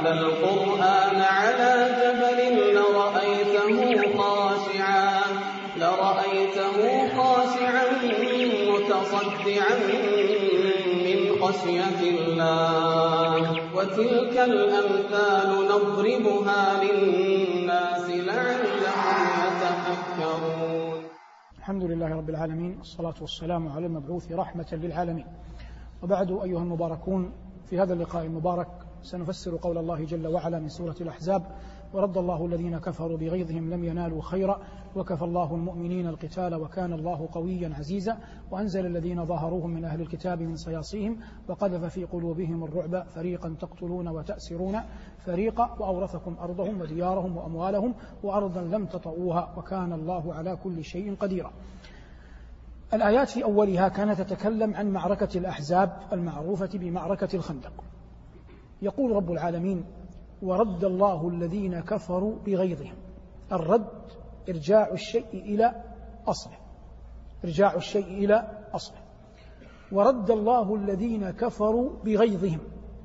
هذا القرآن على جبل لرأيته خاشعا متصدعا من خشية الله وتلك الأمثال نضربها للناس لعلهم يتفكرون. الحمد لله رب العالمين، الصلاة والسلام على المبعوث رحمة للعالمين، وبعد أيها المباركون، في هذا اللقاء المبارك سنفسر قول الله جل وعلا من سورة الأحزاب: ورد الله الذين كفروا بغيظهم لم ينالوا خيرا وكفى الله المؤمنين القتال وكان الله قويا عزيزا وأنزل الذين ظاهروهم من أهل الكتاب من صياصيهم وقذف في قلوبهم الرعب فريقا تقتلون وتأسرون فريقا وأورثكم أرضهم وديارهم وأموالهم وأرضا لم تطئوها وكان الله على كل شيء قديرا. الآيات في أولها كانت تتكلم عن معركة الأحزاب المعروفة بمعركة الخندق. يقول رب العالمين: ورد الله الذين كفروا بغيظهم. الرد إرجاع الشيء إلى أصله. ورد الله الذين كفروا بغيظهم.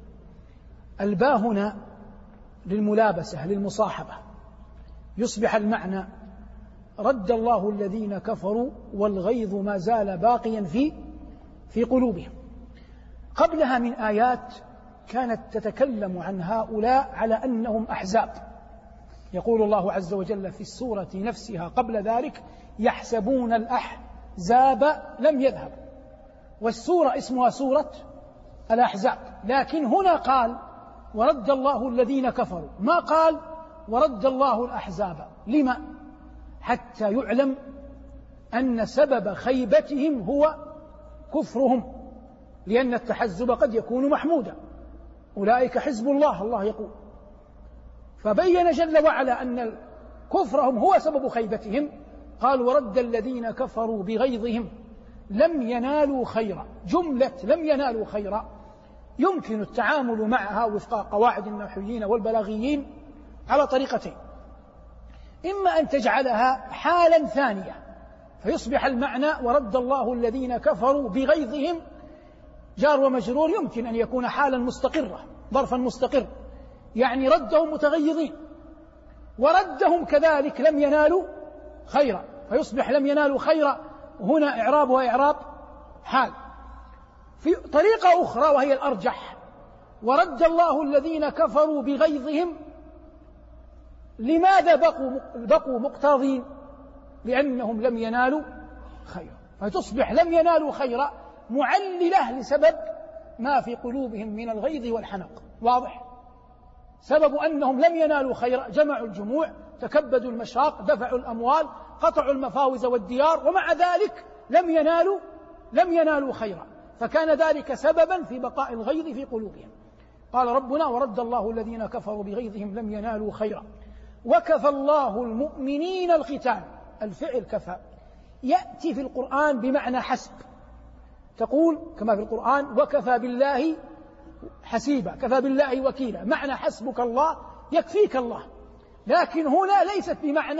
الباء هنا للملابسة للمصاحبة، يصبح المعنى رد الله الذين كفروا والغيظ ما زال باقيا في قلوبهم. قبلها من آيات كانت تتكلم عن هؤلاء على أنهم أحزاب. يقول الله عز وجل في السورة نفسها قبل ذلك: يحسبون الأحزاب لم يذهب. والسورة اسمها سورة الأحزاب، لكن هنا قال ورد الله الذين كفروا، ما قال ورد الله الأحزاب. لما؟ حتى يعلم أن سبب خيبتهم هو كفرهم، لأن التحزب قد يكون محمودا. أولئك حزب الله، الله يقول. فبين جل وعلا أن كفرهم هو سبب خيبتهم. قال ورد الذين كفروا بغيظهم لم ينالوا خيرا. جملة لم ينالوا خيرا يمكن التعامل معها وفق قواعد النحويين والبلاغيين على طريقتين: إما أن تجعلها حالا ثانية فيصبح المعنى ورد الله الذين كفروا بغيظهم جار ومجرور، يمكن أن يكون حالا مستقرة، ظرفا مستقر، يعني ردهم متغيظين، وردهم كذلك لم ينالوا خيرا، فيصبح لم ينالوا خيرا هنا إعرابها إعراب حال. في طريقة أخرى وهي الأرجح: ورد الله الذين كفروا بغيظهم. لماذا بقوا مقتاضين؟ لأنهم لم ينالوا خيرا، فتصبح لم ينالوا خيرا معللة لسبب ما في قلوبهم من الغيظ والحنق. واضح؟ سبب أنهم لم ينالوا خيرا: جمعوا الجموع، تكبدوا المشاق، دفعوا الأموال، قطعوا المفاوز والديار، ومع ذلك لم ينالوا خيرا، فكان ذلك سببا في بقاء الغيظ في قلوبهم. قال ربنا: ورد الله الذين كفروا بغيظهم لم ينالوا خيرا وكفى الله المؤمنين القتال. الفعل كفى يأتي في القرآن بمعنى حسب، تقول كما في القرآن: وكفى بالله حسيبا، كفى بالله وكيلا، معنى حسبك الله، يكفيك الله. لكن هنا ليست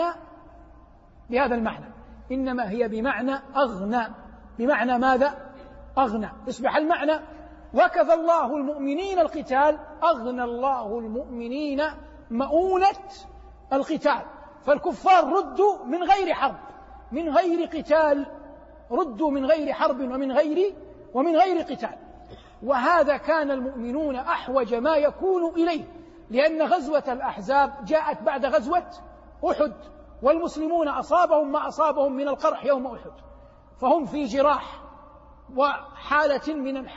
بهذا المعنى، إنما هي بمعنى أغنى. بمعنى ماذا؟ أغنى. يصبح المعنى وكفى الله المؤمنين القتال، أغنى الله المؤمنين مؤونة القتال. فالكفار ردوا من غير حرب، من غير قتال، ردوا من غير حرب ومن غير قتال. وهذا كان المؤمنون أحوج ما يكون إليه، لأن غزوة الأحزاب جاءت بعد غزوة أحد، والمسلمون أصابهم ما أصابهم من القرح يوم أحد، فهم في جراح وحالة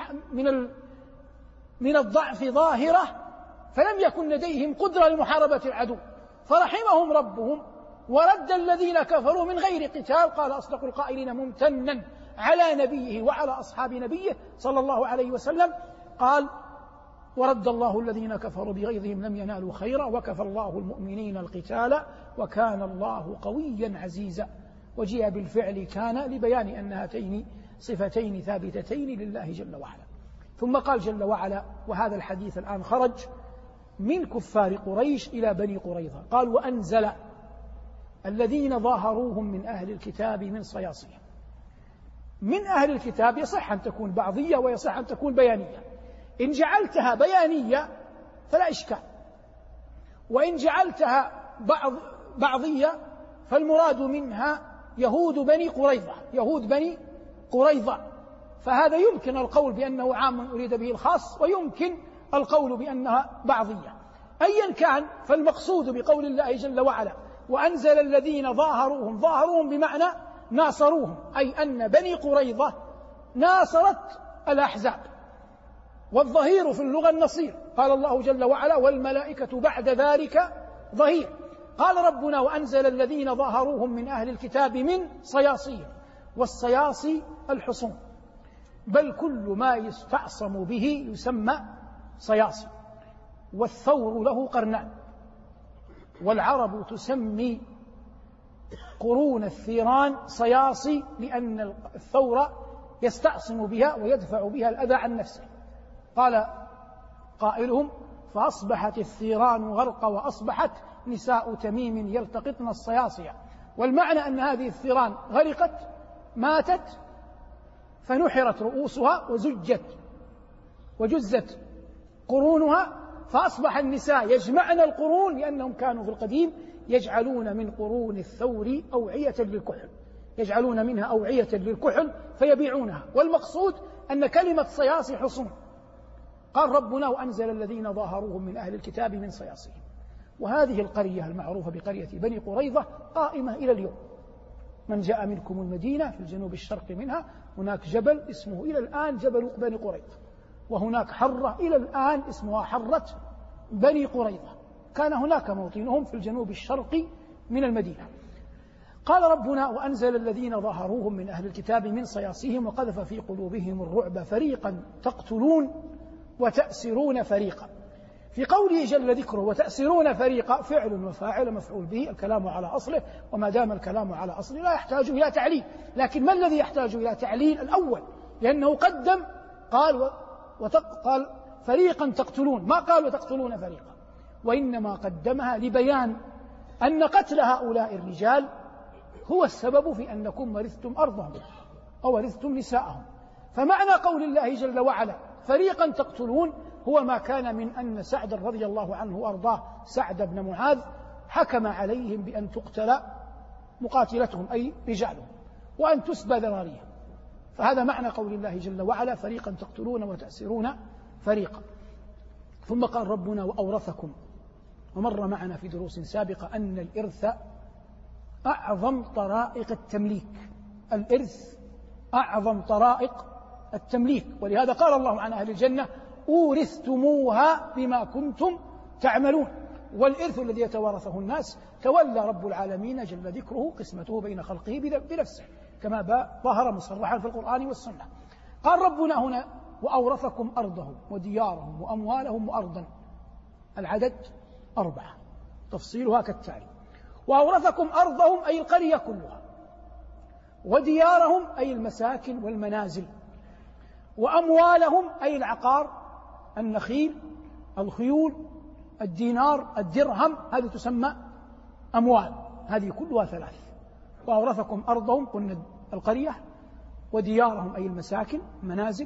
من الضعف ظاهرة، فلم يكن لديهم قدرة لمحاربة العدو، فرحمهم ربهم ورد الذين كفروا من غير قتال. قال أصدق القائلين ممتنا على نبيه وعلى أصحاب نبيه صلى الله عليه وسلم، قال ورد الله الذين كفروا بغيظهم لم ينالوا خيرا وكفى الله المؤمنين القتال وكان الله قويا عزيزا. وجيء بالفعل كان لبيان أن هاتين صفتين ثابتتين لله جل وعلا. ثم قال جل وعلا، وهذا الحديث الآن خرج من كفار قريش إلى بني قريظة، قال وأنزل الذين ظاهروهم من أهل الكتاب من صياصيهم. من أهل الكتاب يصح أن تكون بعضية ويصح أن تكون بيانية. إن جعلتها بيانية فلا إشكال، وإن جعلتها بعضية فالمراد منها يهود بني قريظة، فهذا يمكن القول بأنه عام أريد به الخاص، ويمكن القول بأنها بعضية. أيا كان فالمقصود بقول الله جل وعلا وأنزل الذين ظاهروهم بمعنى ناصروهم، أي أن بني قريظة ناصرت الأحزاب، والظهير في اللغة النصير، قال الله جل وعلا والملائكة بعد ذلك ظهير. قال ربنا وأنزل الذين ظاهروهم من أهل الكتاب من صياصيهم، والصياصي الحصون، بل كل ما يستعصم به يسمى صياصي. والثور له قرنان، والعرب تسمي قرون الثيران صياصي لأن الثور يستعصم بها ويدفع بها الأذى عن نفسه. قال قائلهم فأصبحت الثيران غرق وأصبحت نساء تميم يلتقطن الصياصية، والمعنى أن هذه الثيران غرقت ماتت فنحرت رؤوسها وجزت قرونها، فأصبح النساء يجمعن القرون لأنهم كانوا في القديم يجعلون من قرون الثور أوعية للكحل، يجعلون منها أوعية للكحل فيبيعونها، والمقصود أن كلمة صياصي حصون. قال ربنا وأنزل الذين ظاهروهم من أهل الكتاب من صياصيهم. وهذه القرية المعروفة بقرية بني قريظة قائمة إلى اليوم. من جاء منكم المدينة في الجنوب الشرقي منها هناك جبل اسمه إلى الآن جبل بني قريظة، وهناك حرة إلى الآن اسمها حرة بني قريظة، كان هناك موطنهم في الجنوب الشرقي من المدينة. قال ربنا وأنزل الذين ظاهروهم من أهل الكتاب من صياصيهم وقذف في قلوبهم الرعب فريقا تقتلون وتأسرون فريقا. في قوله جل ذكره وتأسرون فريقا فعل وفاعل مفعول به، الكلام على أصله، وما دام الكلام على أصله لا يحتاج إلى تعليل. لكن ما الذي يحتاج إلى تعليل؟ الأول، لأنه قدم قال فريقا تقتلون، ما قال وتقتلون فريقا، وإنما قدمها لبيان أن قتل هؤلاء الرجال هو السبب في أنكم ورثتم أرضهم أو ورثتم نساءهم. فمعنى قول الله جل وعلا فريقا تقتلون هو ما كان من أن سعد رضي الله عنه وأرضاه سعد بن معاذ حكم عليهم بأن تقتل مقاتلتهم أي رجالهم وأن تسبى ذراريهم. فهذا معنى قول الله جل وعلا فريقا تقتلون وتأسرون فريقا. ثم قال ربنا وأورثكم، ومر معنا في دروس سابقة أن الإرث أعظم طرائق التمليك، الإرث أعظم طرائق التمليك، ولهذا قال الله عن أهل الجنة أورثتموها بما كنتم تعملون. والإرث الذي يتوارثه الناس تولى رب العالمين جل ذكره قسمته بين خلقه بنفسه كما ظهر مصرحا في القرآن والسنة. قال ربنا هنا وأورثكم أرضهم وديارهم وأموالهم وأرضا، العدد 4، تفصيلها كالتالي: وأورثكم أرضهم أي القرية كلها، وديارهم أي المساكن والمنازل، وأموالهم أي العقار، النخيل، الخيول، الدينار، الدرهم، هذه تسمى أموال، هذه كلها 3. وأورثكم أرضهم قلنا القرية، وديارهم أي المساكن منازل،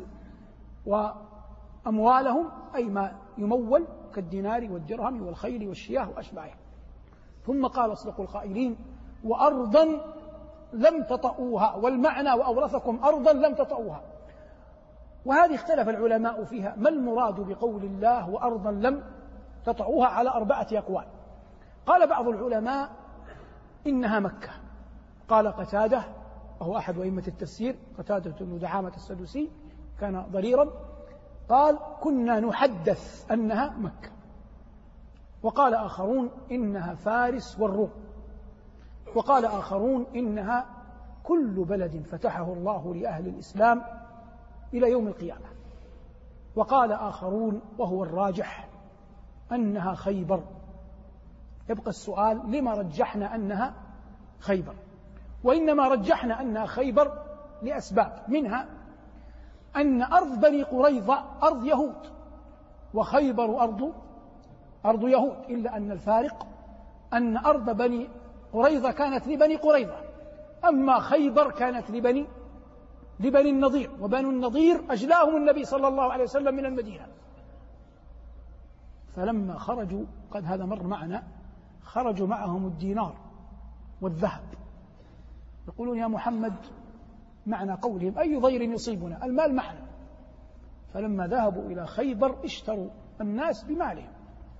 وأموالهم أي ما يمول كالدينار والدرهم والخيل والشياه وأشباهه. ثم قال أصدق القائلين وأرضا لم تطئوها، والمعنى وأورثكم أرضا لم تطئوها. وهذه اختلف العلماء فيها ما المراد بقول الله وأرضا لم تطئوها على 4 أقوال. قال بعض العلماء إنها مكة، قال قتادة وهو أحد أئمة التفسير، قتادة بن دعامة السدوسي كان ضريرا، قال كنا نحدث أنها مكة. وقال آخرون إنها فارس والروم، وقال آخرون إنها كل بلد فتحه الله لأهل الإسلام إلى يوم القيامة. وقال آخرون وهو الراجح أنها خيبر. يبقى السؤال لما رجحنا أنها خيبر؟ وإنما رجحنا أنها خيبر لأسباب، منها أن أرض بني قريظة أرض يهود، وخيبر أرض يهود، إلا أن الفارق أن أرض بني قريظة كانت لبني قريظة، أما خيبر كانت لبني النضير، وبنو النضير أجلاهم النبي صلى الله عليه وسلم من المدينة. فلما خرجوا، قد هذا مر معنا، خرجوا معهم الدينار والذهب، يقولون يا محمد معنى قولهم أي ضير يصيبنا، المال معنا. فلما ذهبوا إلى خيبر اشتروا الناس بمالهم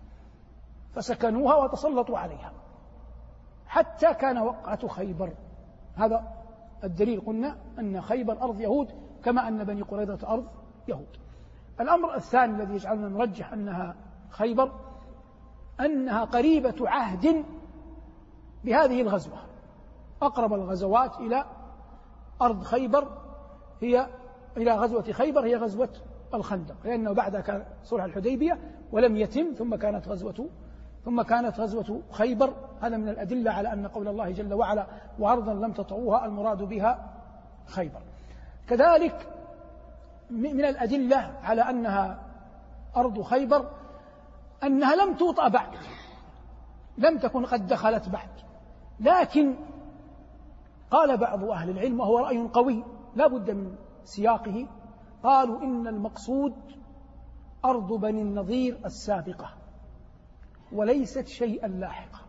فسكنوها وتسلطوا عليها حتى كان وقعة خيبر. هذا الدليل، قلنا أن خيبر أرض يهود كما أن بني قريظة أرض يهود. الأمر الثاني الذي يجعلنا نرجح أنها خيبر أنها قريبة عهد بهذه الغزوة. أقرب الغزوات إلى أرض خيبر إلى غزوة خيبر هي غزوة الخندق، لأنه بعدها كان صلح الحديبية ولم يتم، ثم كانت غزوة خيبر. هذا من الأدلة على أن قول الله جل وعلا وأرضا لم تطئوها المراد بها خيبر. كذلك من الأدلة على أنها أرض خيبر أنها لم توطأ بعد، لم تكن قد دخلت بعد، لكن قال بعض أهل العلم وهو رأي قوي لا بد من سياقه، قالوا إن المقصود أرض بني النضير السابقة وليست شيئا لاحقا.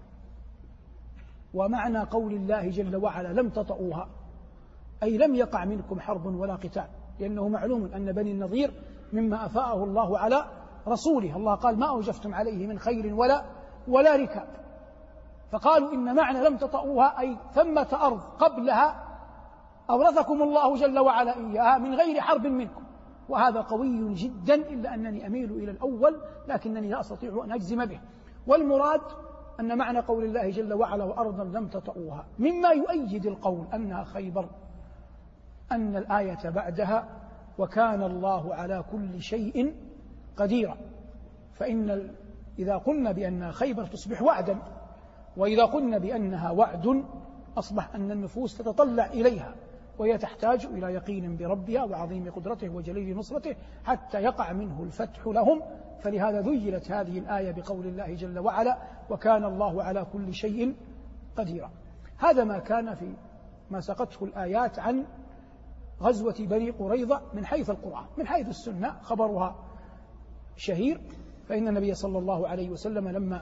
ومعنى قول الله جل وعلا لم تطئوها أي لم يقع منكم حرب ولا قتال، لأنه معلوم أن بني النضير مما أفاءه الله على رسوله، الله قال ما أوجفتم عليه من خيل ولا ركاب، فقالوا إن معنى لم تطئوها أي ثمة أرض قبلها أورثكم الله جل وعلا إياها من غير حرب منكم. وهذا قوي جدا، إلا أنني أميل إلى الأول لكنني لا أستطيع أن أجزم به. والمراد أن معنى قول الله جل وعلا وأرضا لم تطئوها مما يؤيد القول أنها خيبر أن الآية بعدها وكان الله على كل شيء قديرا. فإن إذا قلنا بأن خيبر تصبح وعدا، وإذا قلنا بأنها وعد أصبح أن النفوس تتطلع إليها وهي تحتاج إلى يقين بربها وعظيم قدرته وجليل نصرته حتى يقع منه الفتح لهم. فلهذا ذيلت هذه الآية بقول الله جل وعلا وكان الله على كل شيء قديرا. هذا ما كان في ما سقته الآيات عن غزوة بني قريظة من حيث القرآن. من حيث السنة خبرها شهير، فإن النبي صلى الله عليه وسلم لما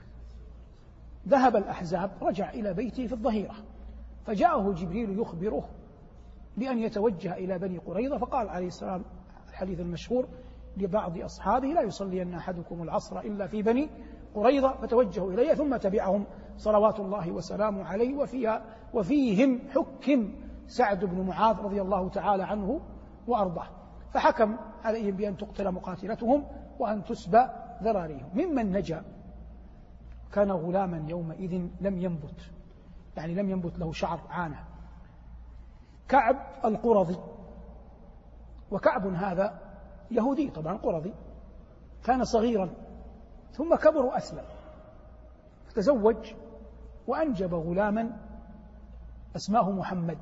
ذهب الأحزاب رجع إلى بيته في الظهيرة، فجاءه جبريل يخبره بأن يتوجه إلى بني قريظة، فقال عليه السلام الحديث المشهور لبعض أصحابه لا يصلين أحدكم العصر إلا في بني قريظة، فتوجهوا إليه ثم تبعهم صلوات الله وسلامه عليه. وفيهم حكم سعد بن معاذ رضي الله تعالى عنه وأرضاه، فحكم عليهم بأن تقتل مقاتلتهم وأن تسبى ذراريهم. ممن نجا كان غلاما يومئذ لم ينبت، يعني لم ينبت له شعر عانة، كعب القرظي. وكعب هذا يهودي طبعا قرظي، كان صغيرا ثم كبر وأسلم، فتزوج وأنجب غلاما اسماه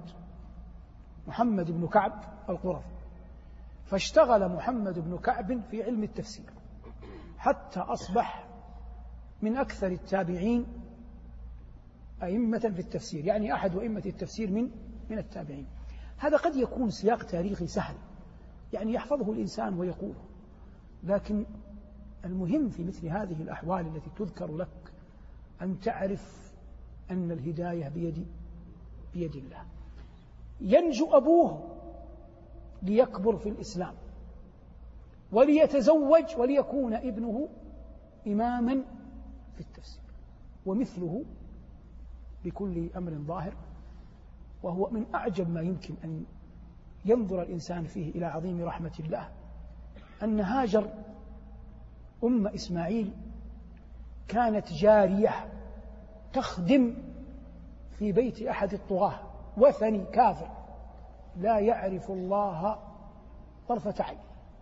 محمد بن كعب القرظي. فاشتغل محمد بن كعب في علم التفسير حتى أصبح من أكثر التابعين أئمة في التفسير، يعني أحد أئمة التفسير من التابعين. هذا قد يكون سياق تاريخي سهل يعني يحفظه الإنسان ويقوله، لكن المهم في مثل هذه الأحوال التي تذكر لك أن تعرف أن الهداية بيد الله. ينجو أبوه ليكبر في الإسلام وليتزوج وليكون ابنه إماما في التفسير، ومثله بكل أمر ظاهر. وهو من أعجب ما يمكن أن ينظر الإنسان فيه إلى عظيم رحمة الله أن هاجر أم إسماعيل كانت جارية تخدم في بيت أحد الطغاة وثني كافر لا يعرف الله طرفة عين.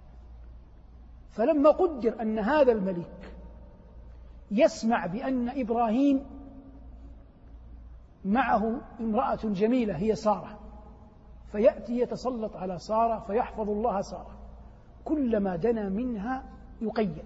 فلما قدر أن هذا الملك يسمع بأن إبراهيم معه امرأة جميلة هي سارة، فيأتي يتسلط على سارة فيحفظ الله سارة، كلما دنا منها يقيد.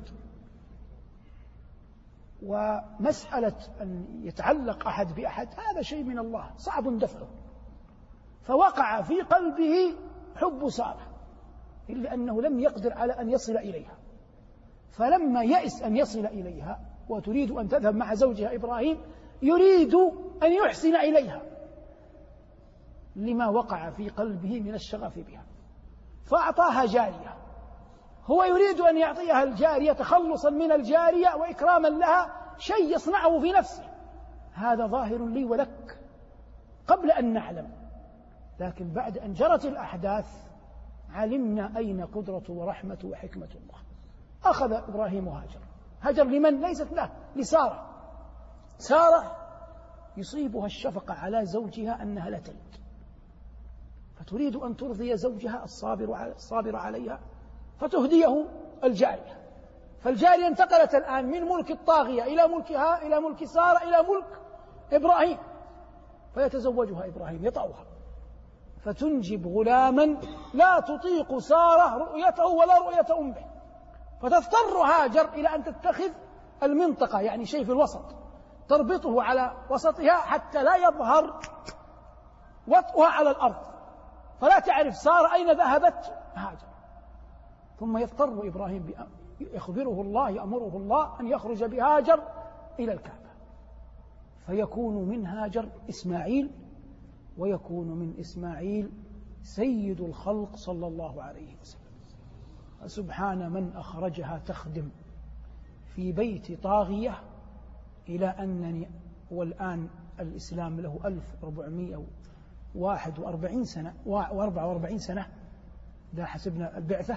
ومسألة أن يتعلق أحد بأحد هذا شيء من الله صعب دفعه، فوقع في قلبه حب سارة إلا أنه لم يقدر على أن يصل إليها، فلما يئس أن يصل إليها وتريد أن تذهب مع زوجها إبراهيم يريد أن يحسن إليها لما وقع في قلبه من الشغف بها، فأعطاها جارية. هو يريد أن يعطيها الجارية تخلصا من الجارية وإكراما لها، شيء يصنعه في نفسه، هذا ظاهر لي ولك قبل أن نعلم، لكن بعد أن جرت الأحداث علمنا أين قدرة ورحمة وحكمة الله. أخذ إبراهيم هاجر لمن؟ ليست له، لسارة. سارة يصيبها الشفقة على زوجها أنها لا تلد، فتريد أن ترضي زوجها الصابر عليها فتهديه الجارية. فالجارية انتقلت الآن من ملك الطاغية إلى ملكها، إلى ملك سارة، إلى ملك إبراهيم، فيتزوجها إبراهيم يطأها، فتنجب غلاما لا تطيق سارة رؤيته ولا رؤية أمه، فتضطر هاجر إلى أن تتخذ المنطقة، يعني شيء في الوسط، تربطه على وسطها حتى لا يظهر وطئها على الأرض، فلا تعرف سارة أين ذهبت هاجر. ثم يضطر إبراهيم يأمره الله أن يخرج بهاجر إلى الكعبة، فيكون من هاجر إسماعيل، ويكون من إسماعيل سيد الخلق صلى الله عليه وسلم. سبحان من أخرجها تخدم في بيت طاغية، إلى أنني والآن الإسلام له 1441 سنة و44 سنة، ده حسبنا البعثة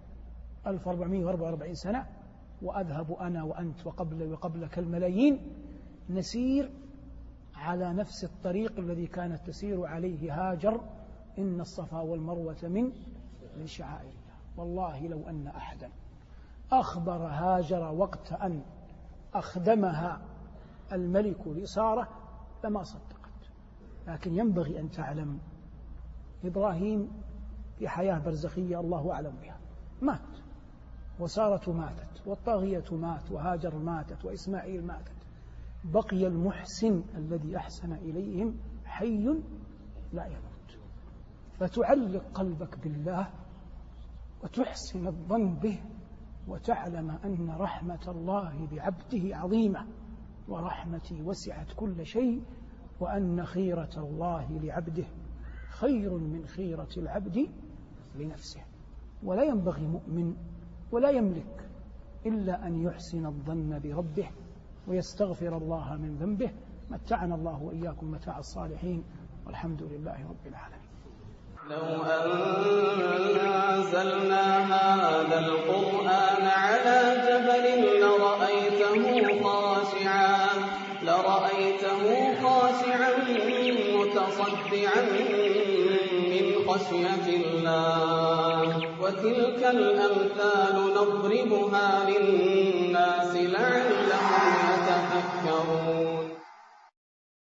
1444 سنة، وأذهب أنا وأنت وقبلك الملايين نسير على نفس الطريق الذي كانت تسير عليه هاجر. إن الصفا والمروة من شعائر الله. والله لو أن أحدا أخبر هاجر وقت أن أخدمها الملك لسارة لما صدقت، لكن ينبغي أن تعلم إبراهيم في حياة برزخية الله أعلم بها، مات، وسارة ماتت، والطاغية مات، وهاجر ماتت، وإسماعيل ماتت، بقي المحسن الذي أحسن إليهم حي لا يموت. فتعلق قلبك بالله وتحسن الظن به، وتعلم أن رحمة الله بعبده عظيمة، ورحمتي وسعت كل شيء، وأن خيرة الله لعبده خير من خيرة العبد لنفسه. ولا ينبغي مؤمن ولا يملك إلا أن يحسن الظن بربه ويستغفر الله من ذنبه. متعنا الله وإياكم متاع الصالحين، والحمد لله رب العالمين. لو أنزلنا هذا القرآن على جبل لرأيته خاشعا متصدعا من خشية الله. وتلك الأمثال نضربها للناس